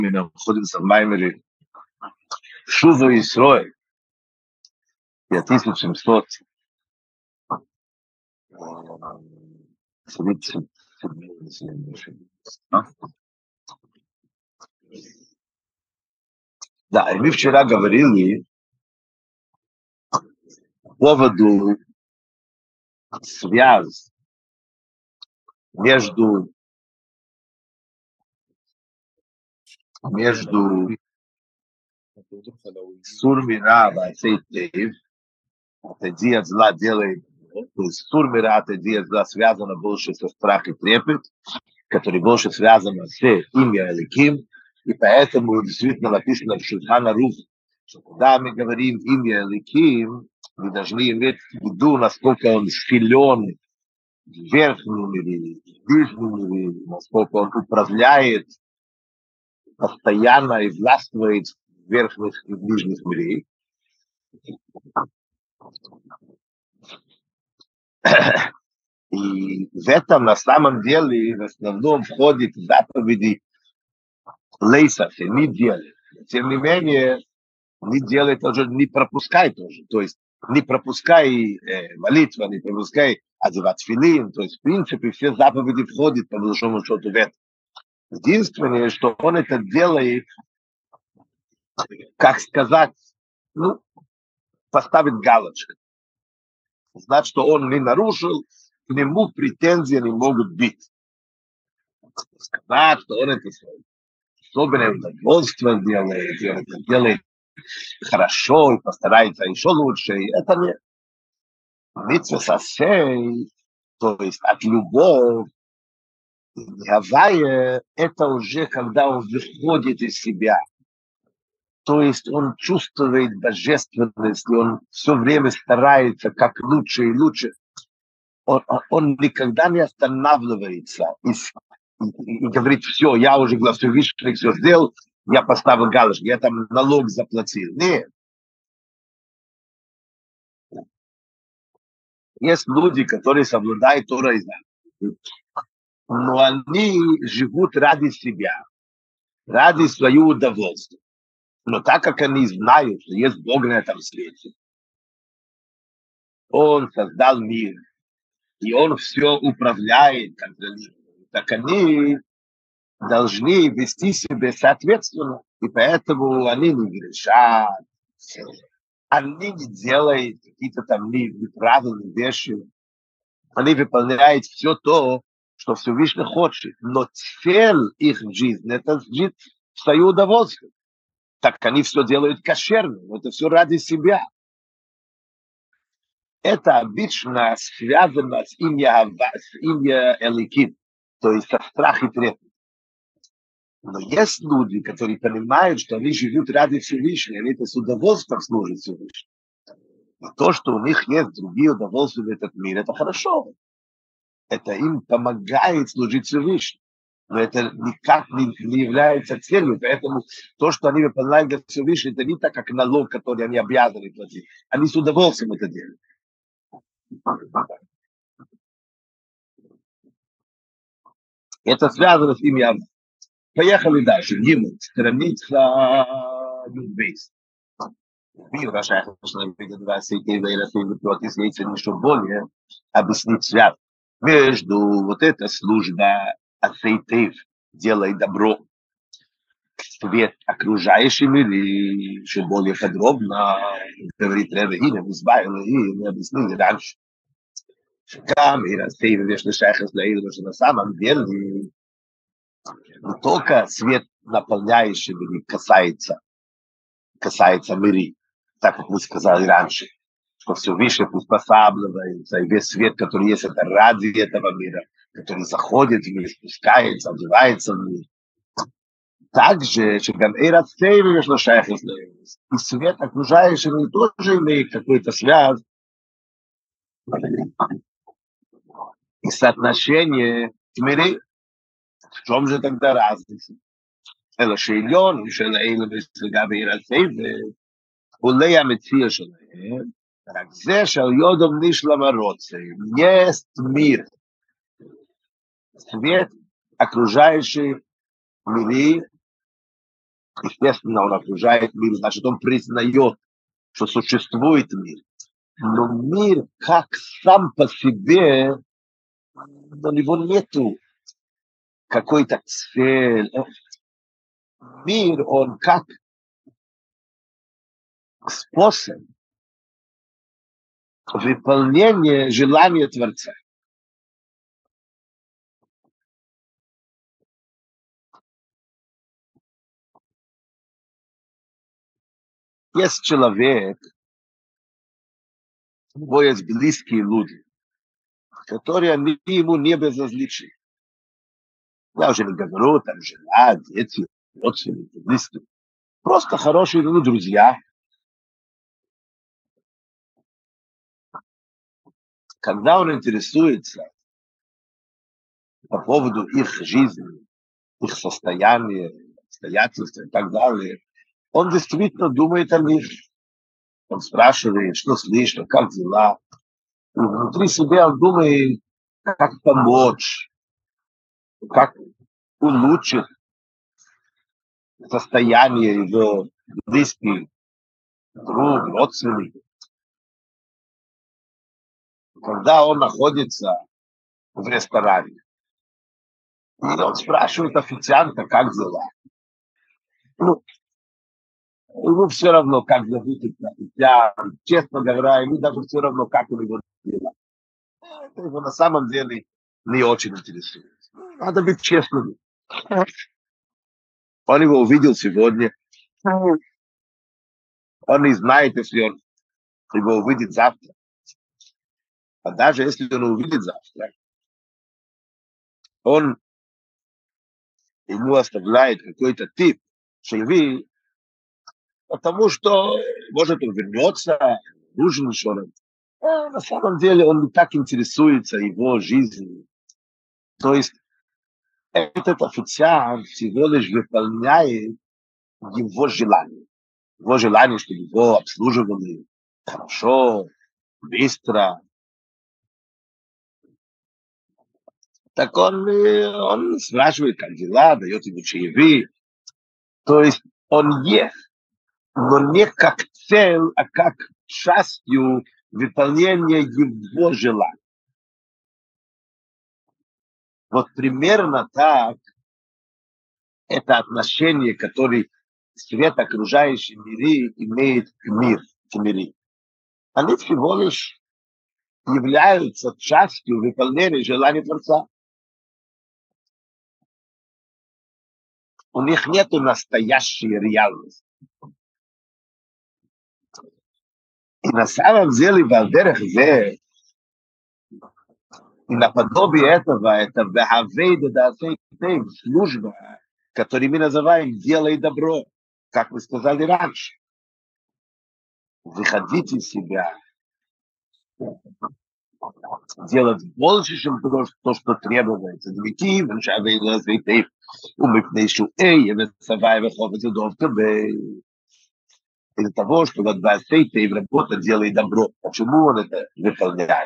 находимся в Маймере Шува Исроэль, 5737. Да, и мы вчера говорили по поводу связи между Сурмира и Ацейтеев. Это диет зла делает, то есть Сурмира, это диет зла связано больше со страхом и трепет, который больше связан с имя Эликим, и поэтому действительно написано в Шульхан Арух, что когда мы говорим имя Эликим, мы должны иметь в виду, насколько он силен в верхнем мире, в нижнем мире, насколько он управляет постоянно и властвует в верхних и в нижних мирах. И в этом на самом деле в основном входит заповеди Лейса, не делает. Тем не менее, не делай тоже, не пропускай тоже. То есть не пропускай молитва, не пропускай одевать филин. То есть, в принципе, все заповеди входят по большому счету в это. Единственное, что он это делает, как сказать, поставить галочку. Значит, что он не нарушил, к нему претензии не могут быть. Сказать, что он это особенное удовольствие делает, и он это делает хорошо и постарается еще лучше. И это не митцва сасей, то есть от любовь, Гавайя, это уже когда он выходит из себя. То есть он чувствует божественность, и он все время старается как лучше и лучше. Он никогда не останавливается и говорит, все, я уже Всевышний все сделал, я поставил галочку, я там налог заплатил. Нет. Есть люди, которые соблюдают Тора и заповеди, но они живут ради себя, ради своего удовольствия. Но так как они знают, что есть Бог на этом свете, Он создал мир, и Он все управляет, так они должны вести себя соответственно. И поэтому они не грешат, они не делают какие-то там неправильные вещи, они выполняют все то, что Всевышний хочет. Но цель их жизни – это жить в свое удовольствие. Так они все делают кошерно, но это все ради себя. Это обычно связано с имя Эликим, то есть со страхом и трепетом. Но есть люди, которые понимают, что они живут ради Всевышнего, они это с удовольствием служат Всевышнему. И то, что у них есть другие удовольствия в этот мир, это хорошо. Это им помогает служить Всевышнему. Но это никак не является целью. Поэтому то, что они выполняют для Всевышнего, это не так, как налог, который они обязаны платить. Они с удовольствием это делают. Это связано с ими. Поехали дальше. Гимн. Страница Юбейс. Мир ваша, что видит вас, и если еще более объяснить связь между вот эта служба Ацейтеев, делай добро, свет окружающий мир, и еще более подробно говорит Ребе Хина, избавили и мы объяснили раньше. Там и Ацейтеев, вечно шайхас лаил, что на самом деле не только свет наполняющий мир касается мира, так как мы сказали раньше, что все выше приспосабливается, и весь свет, который есть, это ради этого мира, который заходит в мир, спускается, одевается в мир. Также, что и свет окружающий мир тоже имеет какую-то связь и соотношение к миру. В чем же тогда разница? אלא שעליון של אלה לגבי הסבל, עולה המציע שלהם, רק זה שעל יודום נשלם הרוצה, есть мир, свет, окружающий миры, Естественно, он окружает мир, значит, он признает, что существует мир. Но мир как сам по себе, у него нету какой-то цели. Мир, он как способ выполнения желания Творца. Есть человек, у него есть близкие люди, которые они ему не безразличны. Я уже не говорю, там жена, дети, родственники, близкие. Просто хорошие друзья. Когда он интересуется по поводу их жизни, их состояния, обстоятельств и так далее, он действительно думает о них. Он спрашивает, что слышно, как дела. И внутри себя он думает, как помочь, как улучшить состояние его близких, друг, родственников. Когда он находится в ресторане, и он спрашивает официанта, как дела. Ну, ему все равно, как зовут официант. Честно говоря, ему даже все равно, как у него дела. Это его на самом деле не очень интересует. Надо быть честным. Он его увидел сегодня. Он не знает, если он его увидит завтра. А даже если он увидит завтра, он ему оставляет какой-то тип шейви, потому что, может, он вернется, нужен еще раз. А на самом деле он не так интересуется его жизнью. То есть этот официант всего лишь выполняет его желание. Его желание, чтобы его обслуживали хорошо, быстро. Так он спрашивает, как дела, дает ему чаевые. То есть он ест, но не как цель, а как частью выполнения его желания. Вот примерно так это отношение, которое свет окружающий мире имеет к миру. Они всего лишь являются частью выполнения желания Творца. У них нет настоящей реальности. И на самом деле, Валдерах-Зе, и наподобие этого, это Вахавейда Даасей Тейв, служба, которую мы называем «делай добро», как вы сказали раньше. Выходите из себя, делать больше, чем то, что требуется. Двики, Ваншавейда Даасей Тейв, умыпней шуэй, Евесавай, Ваховец, Удовка, из-за того, что вот Даасей Тейв работа «делай добро». Почему он это выполняет?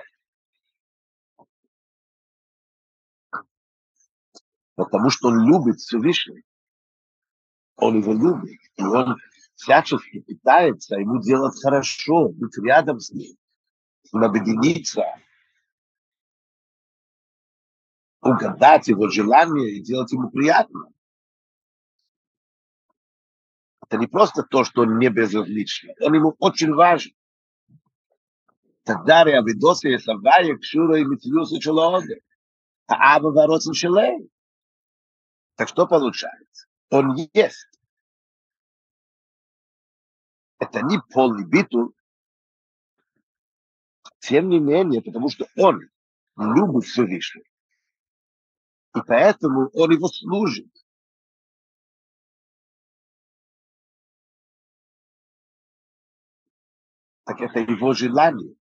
Потому что он любит Всевышний. Он его любит. И он всячески пытается ему делать хорошо, быть рядом с ним, объединиться, угадать его желание и делать ему приятно. Это не просто то, что он не безразличен. Он ему очень важен. Тогда Авидоса и Савая, Кшура и Митвиуса Челооды. А Аба Вороцин Шелей. Так что получается? Он есть. Это не полный битул. Тем не менее, потому что он любит Всевышний. И поэтому он его служит. Так это его желание.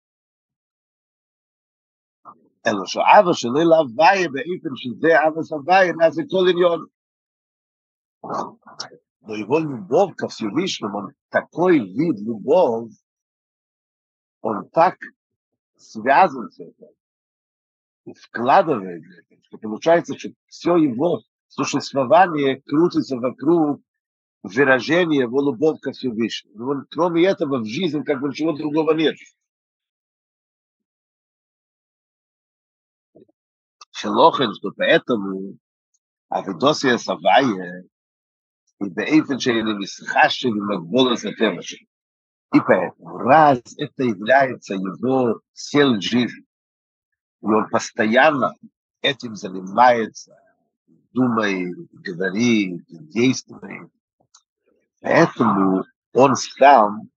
אלא שאבא שלי להוויה באיפן שזה אבא סביה, אז זה כל עניון. Но его любовь ко Всевышнему, он такой вид любовь, он так связан с этим и вкладывает в это, что получается, что все его существование крутится вокруг выражение его любовь ко Всевышнему. Но кроме этого в жизни как бы ничего другого нет. Шелохен, что поэтому Авидосия Савая и Бейфен Шейли Мисхаши и Макбола Сатеваши. И поэтому, раз это является его цель жизни, и он постоянно этим занимается, думает, говорит, действует, поэтому он сам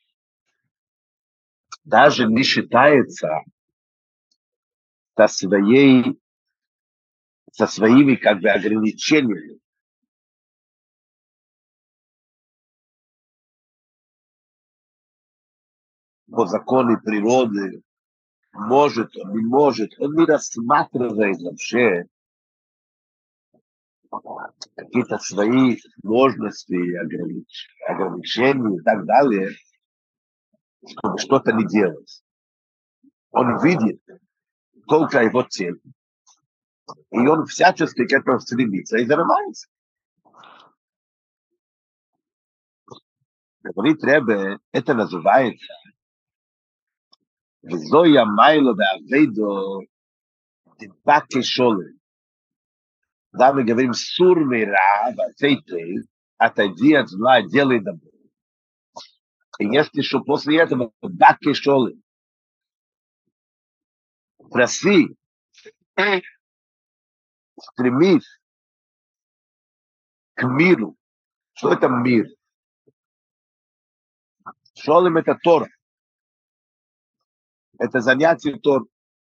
даже не считается со своими как бы ограничениями по закону природы, может, он не может, он не рассматривает вообще какие-то свои сложности, ограничения и так далее, чтобы что-то не делать. Он видит только его цель, и он всячески к этому стремится и занимается. Говорит Ребе, это называется «Визоя майло ве'авейдо дипаке шолем». Да, мы говорим «сур мира вацейтей», отойди от зла, делай добро. И если что после этого «баке шолем», проси, стремись к миру. Что это мир? Шолем это Тора. Это занятие Тор.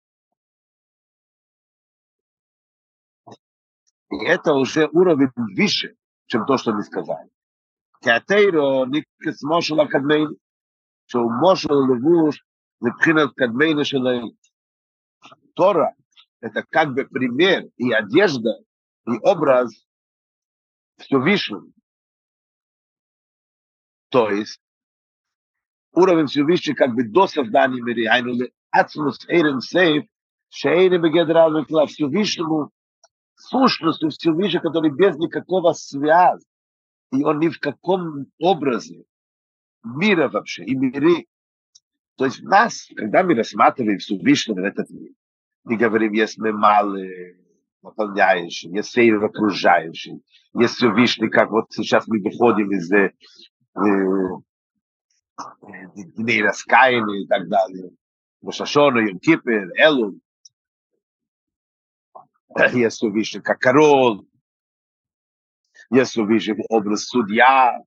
И это уже уровень выше, чем то, что мы сказали. Катейро никс мошел акадмейн, что мошел левуш лепхинат кадмейна шелей. Тора это как бы пример и одежда, и образ Всевышнего. То есть уровень Всевышнего как бы до создания мира, айну ацмус эйрен сейф, шейни бегедрал Всевышнему, сущностью Всевышнего, который без никакого связи, и он ни в каком образе мира вообще, и миры. То есть нас, когда мы рассматриваем Всевышнего в этот мир, мы говорим, есть мы малые, наполняющие, есть сейвы окружающие, есть Всевышний, как вот сейчас мы выходим из дней раскаяния и так далее. Рошашона, Йом Кипр, Элул, есть Всевышний как король, есть Всевышний образ судья,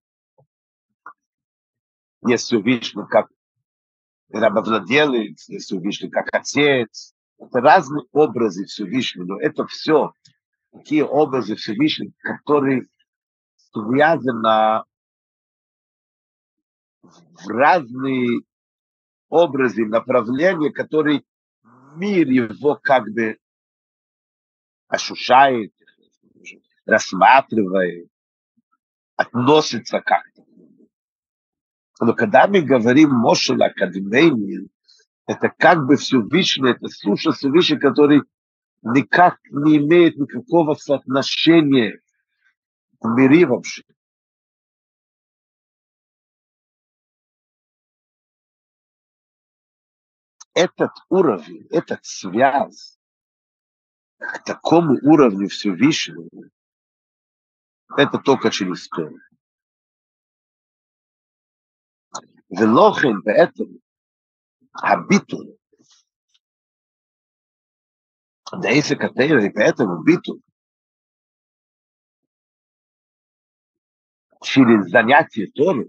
есть Всевышний как рабовладелец, есть Всевышний как отец. Это разные образы Всевышнего, но это все такие образы Всевышнего, которые связаны в разные образы, направления, которые мир его как бы ощущает, рассматривает, относится как-то. Но когда мы говорим Мошел Академии, это как бы Всевышний, это слушай Всевышний, который никак не имеет никакого соотношения в мире вообще. Этот уровень, этот связь к такому уровню Всевышнего, это только через Тору. Велохин поэтому Абитул, да если Катейра, и поэтому Битул, через занятие Торы,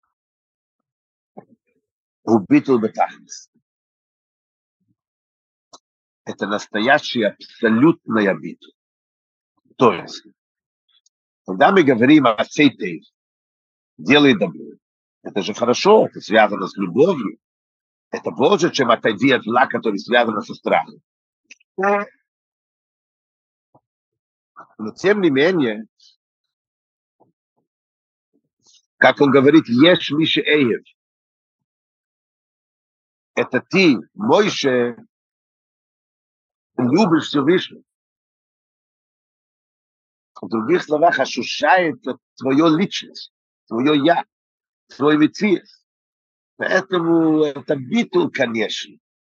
убитул Бетахнис. Это настоящий абсолютная битва. То есть, когда мы говорим о цейтей, делай добро, это же хорошо, это связано с любовью, это больше, чем отойди от зла, который связан со страхом. Но тем не менее, как он говорит, ешь Миша Эйев, это ты, Мойше, любишь Всевышнего. В других словах, ощущается твою личность, твое я, твой митцвиес. Поэтому это битул, конечно.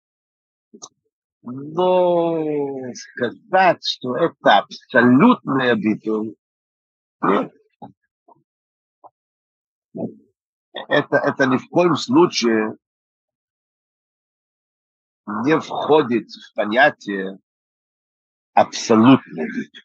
Но сказать, что это абсолютная битул, нет. Это ни в коем случае не входит в понятие абсолютной битвы.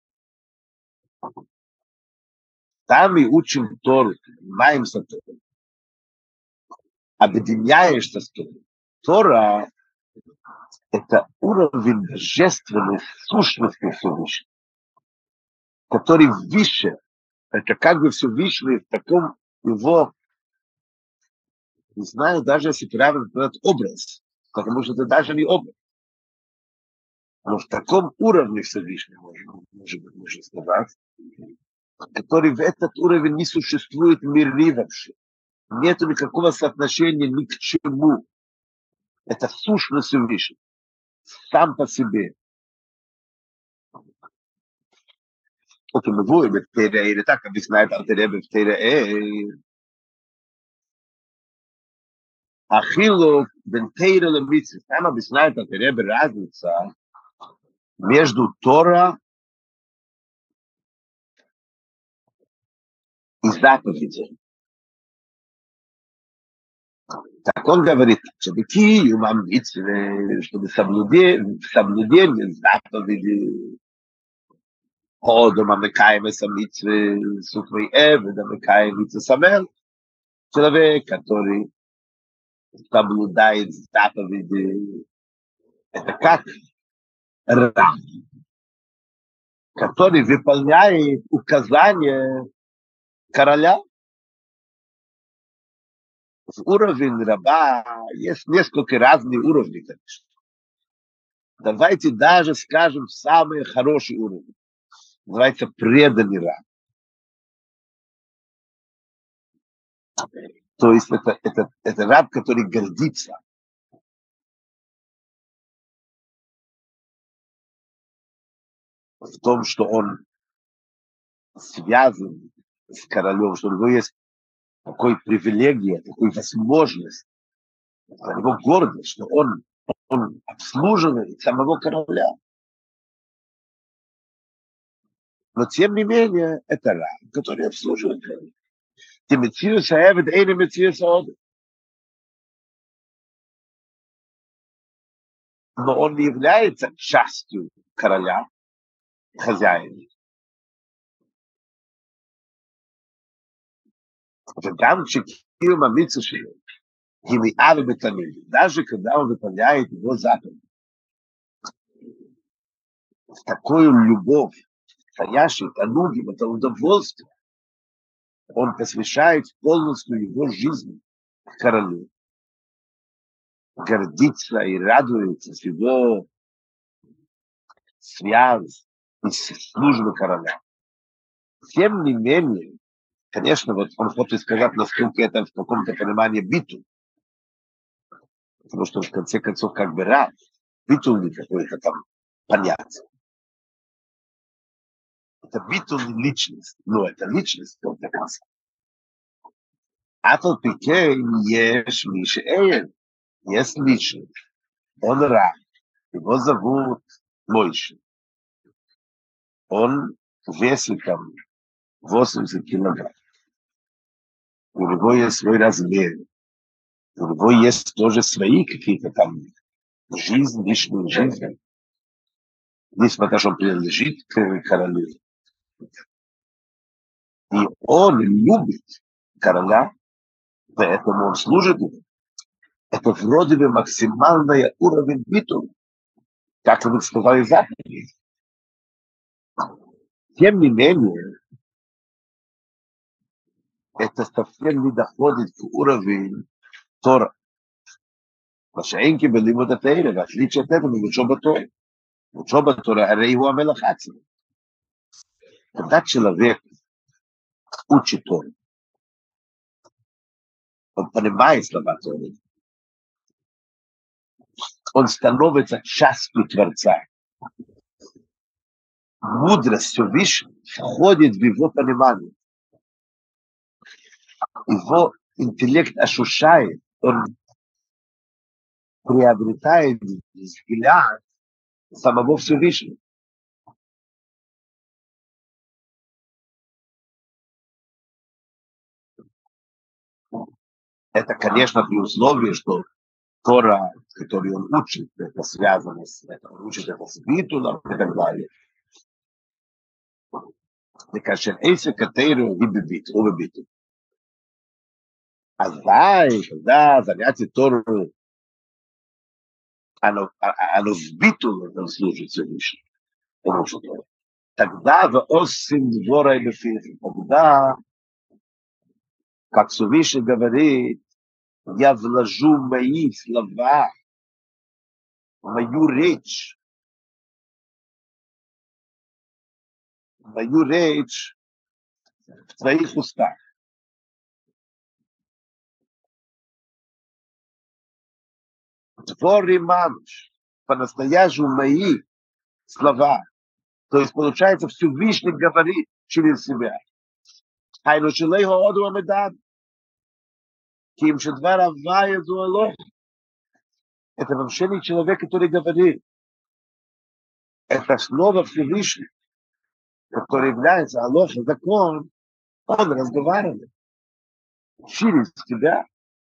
Там мы учим Тору, занимаемся Торой, объединяешься с Торой. Тора – это уровень божественной сущности Всевышнего, который выше, это как бы Всевышний в таком его, не знаю, даже если правильно сказать, образ, потому что это даже не образ, но в таком уровне Всевышнего, можно сказать, который в этот уровень не существует миры вообще. Нет никакого соотношения ни к чему. Это сущность Всевышнего. Сам по себе. Это мы будем, или так объясняет Альтер-Ребе в Тейра. Ахилу бен Тейра ле мицвот. Там объясняет Альтер-Ребе разница между Тора и заповедью. Так он говорит, чтобы киюм мицвот, чтобы соблюдение заповеди. Hodom המקיים את המצווה, סופרי עבד המקיים מצווה סמל, человек, который соблюдает заповеди, это как раб, который выполняет указания короля. В уровень раба есть несколько разных уровней, конечно. Давайте даже скажем самый хороший уровень. Называется преданный раб. То есть это раб, который гордится. В том, что он связан с королем, что у него есть такой привилегия, такой возможность, его гордость, что он обслуживает самого короля. Но тем не менее, это раб, который обслуживает короля. Но он не является частью короля, хозяина. Даже когда он выполняет его заповедь, в такую любовь, стоящую, танугим, это удовольствие, он посвящает полностью его жизнь королю. Гордится и радуется с его связь и службы короля. Тем не менее, конечно, вот он хочет сказать, насколько это в каком-то понимании биту. Потому что в конце концов как бы раб, биту не какое-то там понятие. Это биту не личность, но это личность в каком-то конце. А то пике ешь Миша Эйн, есть личность. Он раб, его зовут Мойши. Он весит там 80 килограмм. У него есть свой размер. У него есть тоже свои какие-то там жизнь, личную жизнь. Несмотря на то, что он принадлежит к королю. И он любит короля, поэтому он служит ему. Это вроде бы максимальный уровень битвы, как вы сказали, заповеди. Тем не менее, это совсем не доходит к уровню Тора. Машаинки были вот это, в отличие от этого, учеба Тора. Учеба Тора, הרי הוא המלך עצמו. Когда человек учит Тору, он понимает слова Торы, он становится частью Творца. мудрость Всевышнего входит в его понимание. Его интеллект ощущает, он приобретает взгляд самого Всевышнего. Это, конечно, при условии, что Тора, который он учит, это связано с этим, он учит это с битулом и так далее. И, конечно, эти категории и битул. А когда занятие Тору, оно в битуле служит Всевышнему. Тогда в осим двора и тогда, как Всевышний говорит, я вложу мои слова, мою речь в твоих устах. Твори мамш, по-настоящему мои слова. То есть, получается, Всевышний говорит через себя. Хайну шелейхо оду амедад. Ким шедвар авая зуалох. Это вообще не человек, который говорит. Это слово Всевышнего, который является Аллах, закон. Он разговаривает через тебя.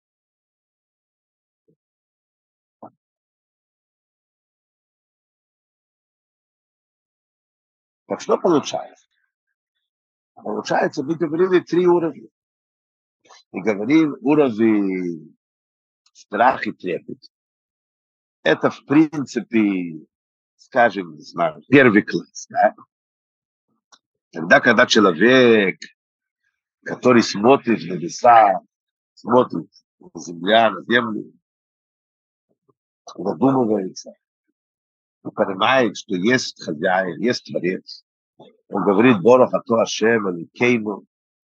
Так что получается? Получается, мы говорили 3 уровня. Мы говорим уровень страх и трепет. Это, в принципе, скажем, не знаю, первый класс. Да? Когда человек, который смотрит на небеса, смотрит на земля, на землю, задумывается и понимает, что есть хозяин, есть творец. Он говорит, Борох ато Ашем, Элокейну.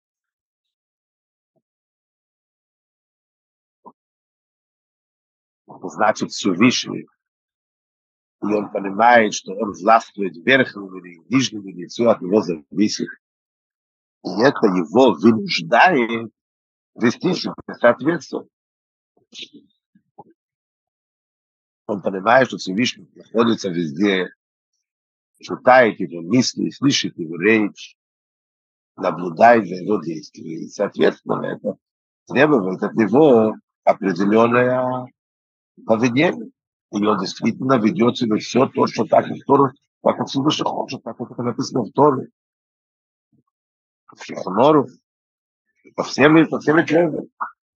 Значит, Всевышний. И он понимает, что он властвует верхним или нижним, или все от него зависит. И это его вынуждает вести себя соответственно. Он понимает, что Всевышний находится везде, читает его мысли, слышит его речь, наблюдает за его действиями. И, соответственно, это требует от него определенное поведение. И он действительно ведет себя все то, что так и Тору, как Всевышний хочет, так как это написано в Торе, в Шахнору, по всем требованиям.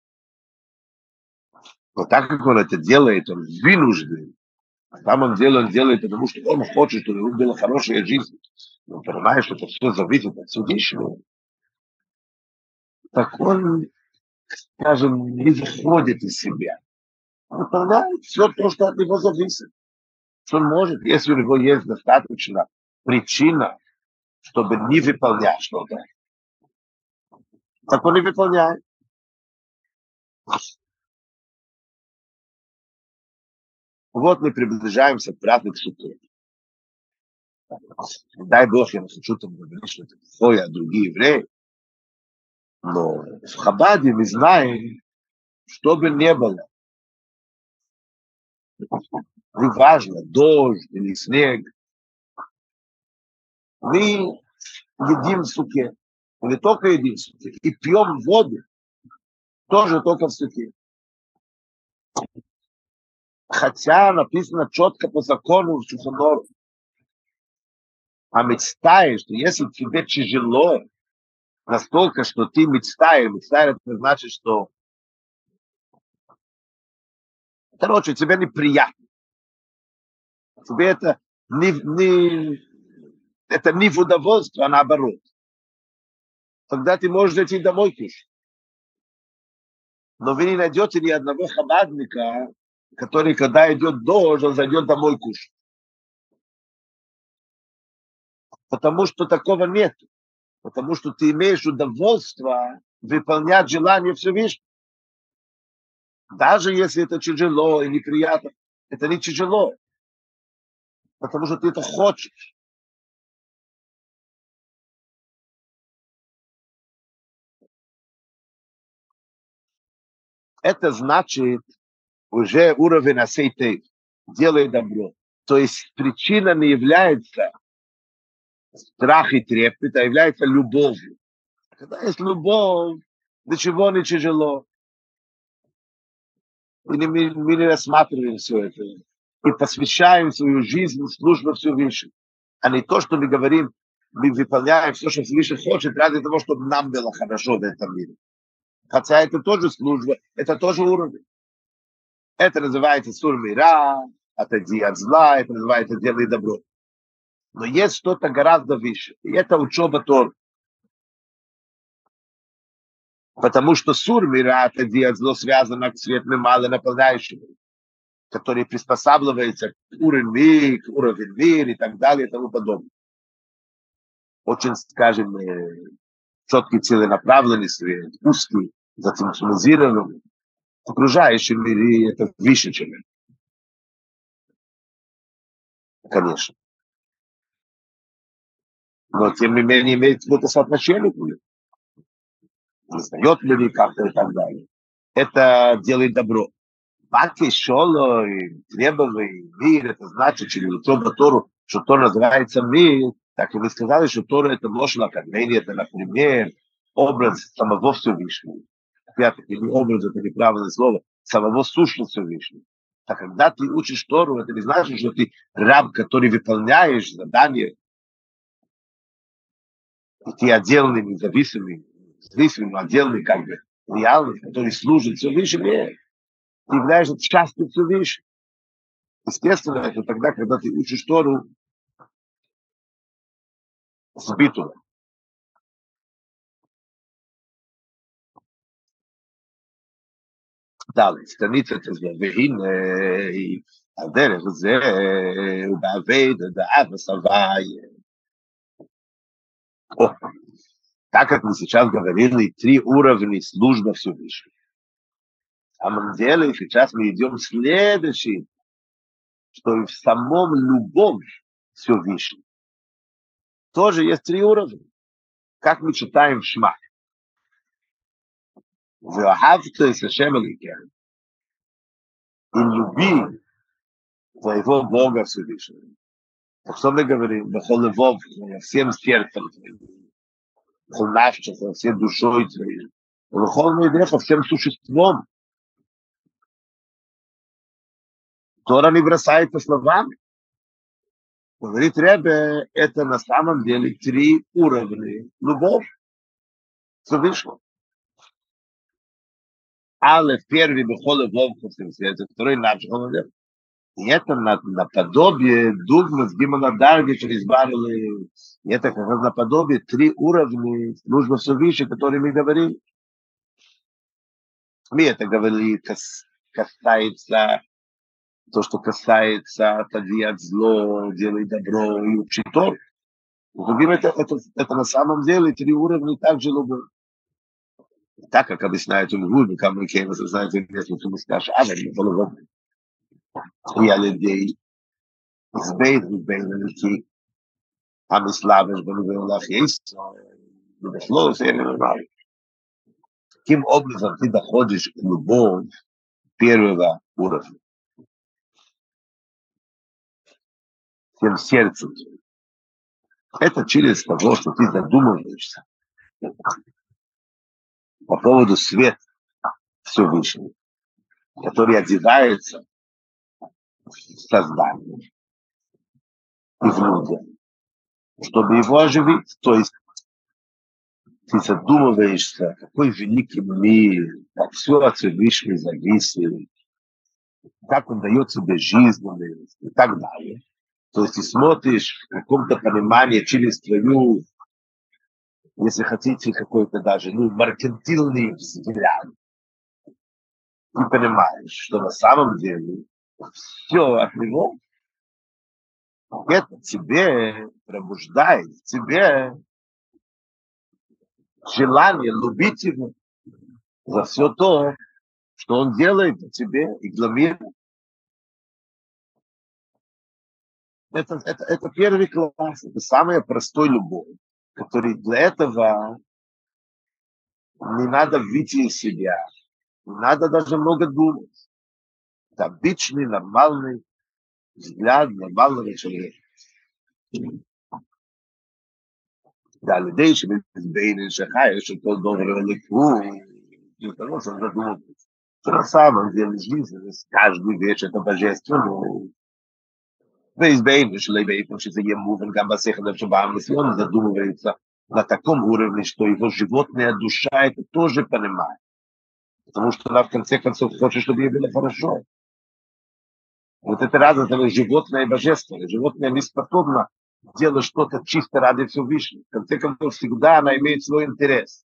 Но так как он это делает, он вынужден. На самом деле он делает, потому что он хочет, чтобы у него была хорошая жизнь. Он понимает, что это все зависит от Всевышнего. Так он, скажем, не заходит из себя. Он выполняет все то, что от него зависит. Что он может, если у него есть достаточно причина, чтобы не выполнять что-то. Так он и выполняет. Вот мы приближаемся к празднику Суккот. Дай Бог, я не хочу там говорить, что это плохое, а другие евреи. Но в Хабаде мы знаем, что бы ни было, неважно, дождь или снег, мы едим в суке, не только едим в суке, и пьем воду, тоже только в суке. Хотя написано четко по закону в Шуханору. А мечтаешь, что если тебе тяжело, настолько, что ты мечтаешь, это значит, что, короче, тебе неприятно. Тебе это это не в удовольствие, а наоборот. Тогда ты можешь идти домой кушать. Но вы не найдете ни одного хабадника, который, когда идет дождь, он зайдет домой кушать. Потому что такого нет. Потому что ты имеешь удовольствие выполнять желание Всевышнего. Даже если это тяжело и неприятно, это не тяжело. Потому что ты это хочешь. Это значит уже уровень асейтей, делай добро. То есть причина не является страх и трепет, а является любовью. Когда есть любовь, ничего не тяжело. И мы не рассматриваем все это. И посвящаем свою жизнь в службу Всевышнему. А не то, что мы говорим, мы выполняем все, что Всевышний хочет, ради того, чтобы нам было хорошо в этом мире. Хотя это тоже служба, это тоже уровень. Это называется сурмира, отойди от зла, это называется делай добро. Но есть что-то гораздо выше. И это учеба Тор. Потому что сурмира, отойди от зла, связано с светлым мало наполняющим, который приспосабливается к уровень мира и так далее и тому подобное. Очень, скажем, четкий целенаправленный свет, узкий, затематизированный. В окружающем мире это выше, чем это. Конечно. Но, тем не менее, имеет какое-то соотношение. Признает людей как-то и так далее. Это делает добро. Баки, шоло, требовый мир, это значит, через учебу Тору, что Тор называется мир, так и вы сказали, что Тора это ложное окормление, это, например, образ самого Всевышнего. Опять-таки, не образ, это неправильное слово, самого сущего Всевышнего. А когда ты учишь Тору, это не значит, что ты раб, который выполняешь задание, и ты отдельный, независимый, но отдельный, как бы, реальный, который служит Всевышнему, ты являешься частью Всевышнего. Естественно, это тогда, когда ты учишь Тору с битулом. Далее, страница והנה הדרך זה הוא בעבד דאב וסבי. Так как мы сейчас говорили, три уровня службы Всевышнего. На самом деле, сейчас мы идем в следующий, что и в самом любом Всевышнем тоже есть три уровня. Как мы читаем в Шма. ואהבת את השם אלוהיך, и люби твоего Бога Всевышнего. Так что мы говорим? Бехол левов, всем сердцем твоим, бехол навчеха, всей душой твоей, бехол мейдеха, всем существом. Тора не бросается словами. Говорит Ребе, это на самом деле три уровня любовь Всевышнего. Алеф, первый, бехол левов, всем сердцем, второй, навчеха, и это наподобие дугмы с Гиманадарги через Барли. И это как раз наподобие три уровня службы Всевышнего, которые мы говорили. Мы это говорили, касается то, что касается отойди от зло, делай добро и учи Тору. Это на самом деле три уровня также любовь. Так как объясняет Ульгуд, кому Кейна, знаете, если ты скажешь, а не было и людей избейт, избейт, המסלבש בנובלך ישראל, ובכלול זה נאמר. Каким образом ты доходишь к любовь первого уровня? Всем сердцем. Это через того, что ты задумываешься по поводу света Всевышнего, который одевается в сознание и в людях, чтобы его оживить. То есть ты задумываешься, какой великий мир, как все от Всевышнего зависит, как он дает себе жизненность и так далее. То есть ты смотришь в каком-то понимании через твою, если хотите, какой-то даже меркантильный взгляд. И понимаешь, что на самом деле все от него, это тебе пробуждает, в тебе желание любить его за все то, что он делает для тебя и для мира. Это первый класс, это самая простая любовь, который для этого не надо выйти из себя, надо даже много думать. Это обычный, нормальный взгляд нормального человека. Да, людей, что бейны шахай, что то доброе лику, и того, что он задумал. Что на самом деле жизнь, каждый вечер это божественно. Весь бейны, что лейбейн, что это ему, он гамбасеха, да, чтобы он задумывается на таком уровне, что его животная душа это тоже понимает. Потому что она в конце концов хочет, чтобы ей было хорошо. Вот это разница животное и божественное. Животное не способно делать что-то чисто ради Всевышнего. В конце концов, всегда она имеет свой интерес.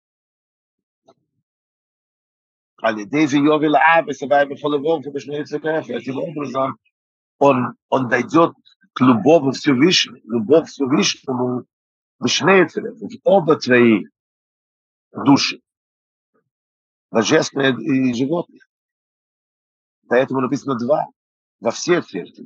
А людей же Йовил Абе, таким образом, он дойдет к любовь Всевышнему, любовь к Всевышнему в оба твои души, божественное и животное. Поэтому написано два, во все сердца.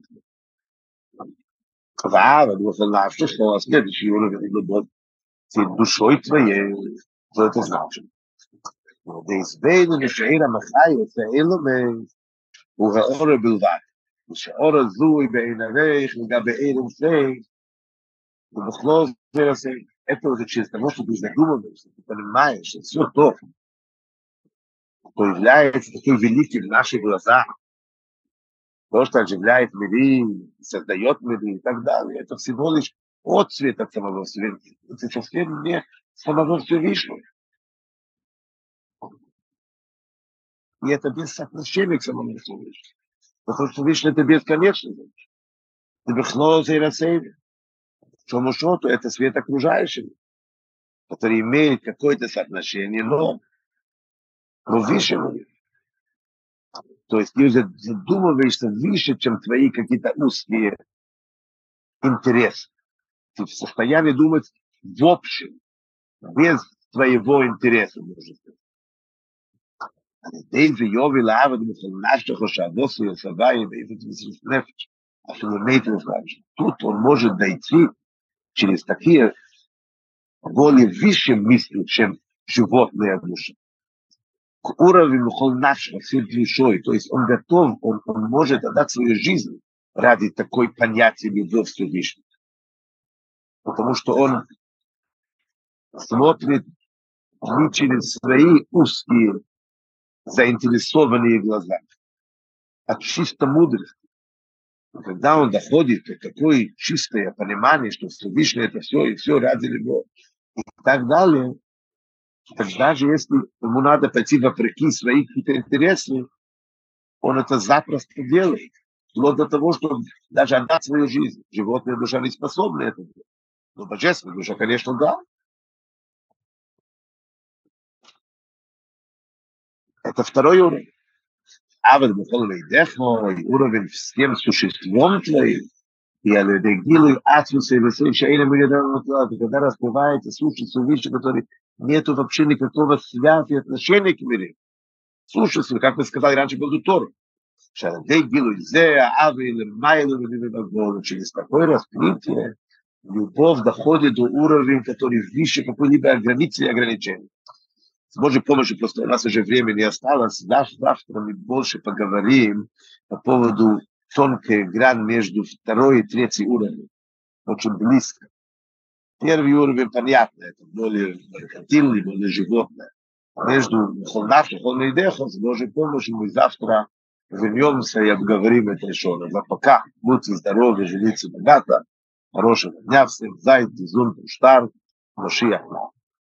Вава, что следующий уровень любовь душой твоей, что это значит? Деизбейну нишаира махайо феилуме угаора билват. Ушаора зуй бейнарейх вгабеирим фей. Убахлоз верасей. Это уже через того, что ты задумываешься, ты понимаешь, что все то, что является такой великим в наших глазах, то, что оживляет миры, создает миры и так далее, это всего лишь отцвет от самого Всевышнего. Это совсем не самого Всевышнего. И это без соотношения к самому Всевышнему. Потому что Всевышний это бесконечно. Это бехлозе и рассейве. Шомушоту это свет окружающего, который имеет какое-то соотношение, но выше. То есть ты задумываешься выше, чем твои какие-то узкие интересы. Ты в состоянии думать в общем, без твоего интереса, может быть. Deze Jovi Lava, die van naast Хошавосы и Саваи, и это нефть, а что имеет тут он может дойти через такие более высшие мысли, чем животные души. К уровню нашего всей душой, то есть он готов, он может отдать свою жизнь ради такой понятия любовь Всевышнего. Потому что он смотрит не через свои узкие заинтересованные глаза, а чисто мудрость. Когда он доходит до такое чистое понимание, что Всевышний это все, и все ради него, и так далее, тогда же, если ему надо пойти вопреки своих каких-то интересов, он это запросто делает. Вплоть до того, что даже отдать свою жизнь. Животная душа не способна это делать. Но божественная душа, конечно, да. Это второй уровень. А вот уровень всем существом твоим, и алюдегилы ацусы высочайно были когда раскрывается существо вещи, которые нету вообще никакого связи и отношения к миру. Существо, как вы сказали раньше, был Тор. Через такое раскрытие любовь доходит до уровня, который выше какой-либо границы и ограничений. С Божьей помощью просто у нас уже времени не осталось. Завтра мы больше поговорим по поводу тонкой грани между второй и третьим уровнем. Очень близко. Первый уровень, понятно, это более меркантильный, более животное. Между нашим холмейдехом, с Божьей помощью мы завтра вернемся и обговорим это еще раз. А пока будьте здоровы, живите богато. Хорошего дня всем. Зайд, Зун, Штар, Машиах.